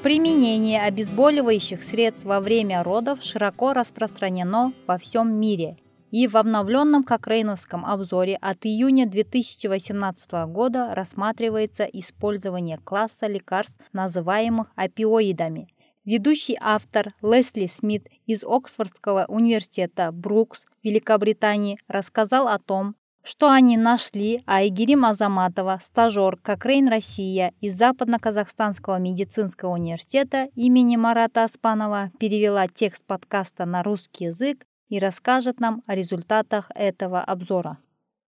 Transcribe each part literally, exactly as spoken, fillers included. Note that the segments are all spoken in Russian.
Применение обезболивающих средств во время родов широко распространено во всем мире. И в обновленном Кокрейновском обзоре от июня две тысячи восемнадцатого года рассматривается использование класса лекарств, называемых опиоидами. Ведущий автор Лесли Смит из Оксфордского университета Брукс, Великобритании, рассказал о том, что они нашли, а Айгерим Азаматова, стажер Кокрейн Россия из Западно-Казахстанского медицинского университета имени Марата Аспанова, перевела текст подкаста на русский язык и расскажет нам о результатах этого обзора.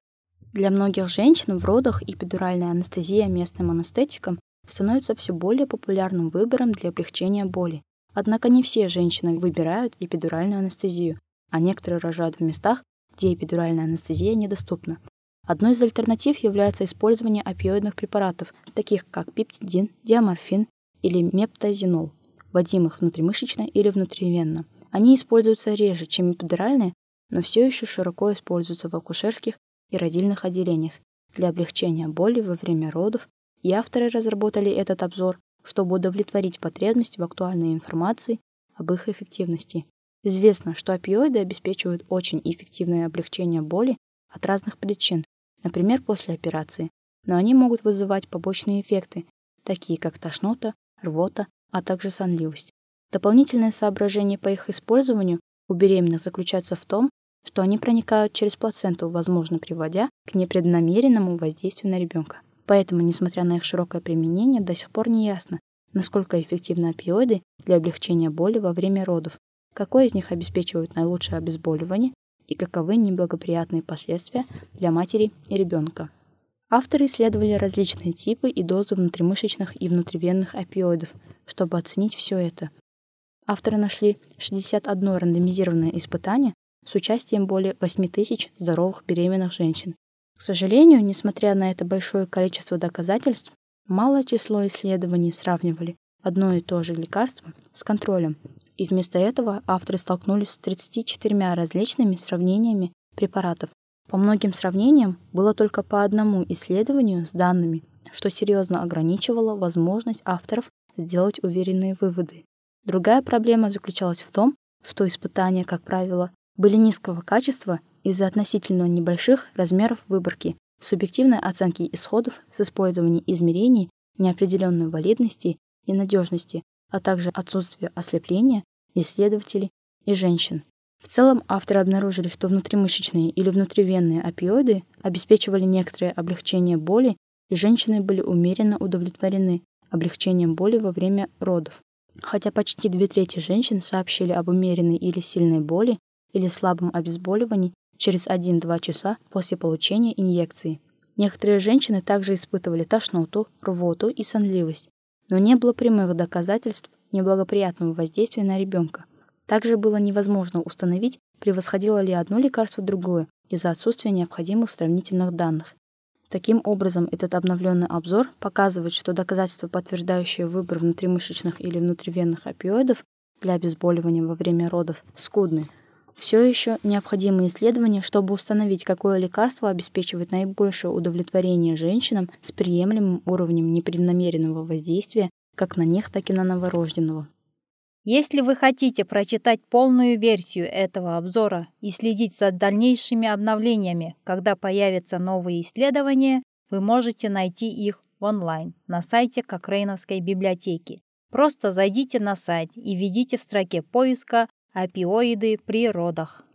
Для многих женщин в родах эпидуральная анестезия местным анестетиком становится все более популярным выбором для облегчения боли. Однако не все женщины выбирают эпидуральную анестезию, а некоторые рожают в местах, где эпидуральная анестезия недоступна. Одной из альтернатив является использование опиоидных препаратов, таких как пептидин, диаморфин или мептазинол, вводимых внутримышечно или внутривенно. Они используются реже, чем эпидуральные, но все еще широко используются в акушерских и родильных отделениях для облегчения боли во время родов, и авторы разработали этот обзор, чтобы удовлетворить потребность в актуальной информации об их эффективности. Известно, что опиоиды обеспечивают очень эффективное облегчение боли от разных причин, например, после операции, но они могут вызывать побочные эффекты, такие как тошнота, рвота, а также сонливость. Дополнительное соображение по их использованию у беременных заключается в том, что они проникают через плаценту, возможно, приводя к непреднамеренному воздействию на ребенка. Поэтому, несмотря на их широкое применение, до сих пор не ясно, насколько эффективны опиоиды для облегчения боли во время родов, какой из них обеспечивает наилучшее обезболивание и каковы неблагоприятные последствия для матери и ребенка. Авторы исследовали различные типы и дозы внутримышечных и внутривенных опиоидов, чтобы оценить все это. Авторы нашли шестьдесят одно рандомизированное испытание с участием более восемь тысяч здоровых беременных женщин. К сожалению, несмотря на это большое количество доказательств, малое число исследований сравнивали одно и то же лекарство с контролем, и вместо этого авторы столкнулись с тридцатью четырьмя различными сравнениями препаратов. По многим сравнениям было только по одному исследованию с данными, что серьезно ограничивало возможность авторов сделать уверенные выводы. Другая проблема заключалась в том, что испытания, как правило, были низкого качества из-за относительно небольших размеров выборки, субъективной оценки исходов с использованием измерений, неопределенной валидности и надежности, а также отсутствия ослепления исследователей и женщин. В целом, авторы обнаружили, что внутримышечные или внутривенные опиоиды обеспечивали некоторое облегчение боли, и женщины были умеренно удовлетворены облегчением боли во время родов. Хотя почти две трети женщин сообщили об умеренной или сильной боли или слабом обезболивании через один-два часа после получения инъекции. Некоторые женщины также испытывали тошноту, рвоту и сонливость, но не было прямых доказательств неблагоприятного воздействия на ребенка. Также было невозможно установить, превосходило ли одно лекарство другое из-за отсутствия необходимых сравнительных данных. Таким образом, этот обновленный обзор показывает, что доказательства, подтверждающие выбор внутримышечных или внутривенных опиоидов для обезболивания во время родов, скудны. Все еще необходимы исследования, чтобы установить, какое лекарство обеспечивает наибольшее удовлетворение женщинам с приемлемым уровнем непреднамеренного воздействия как на них, так и на новорожденного. Если вы хотите прочитать полную версию этого обзора и следить за дальнейшими обновлениями, когда появятся новые исследования, вы можете найти их в онлайн на сайте Кокрейновской библиотеки. Просто зайдите на сайт и введите в строке поиска «Опиоиды при родах».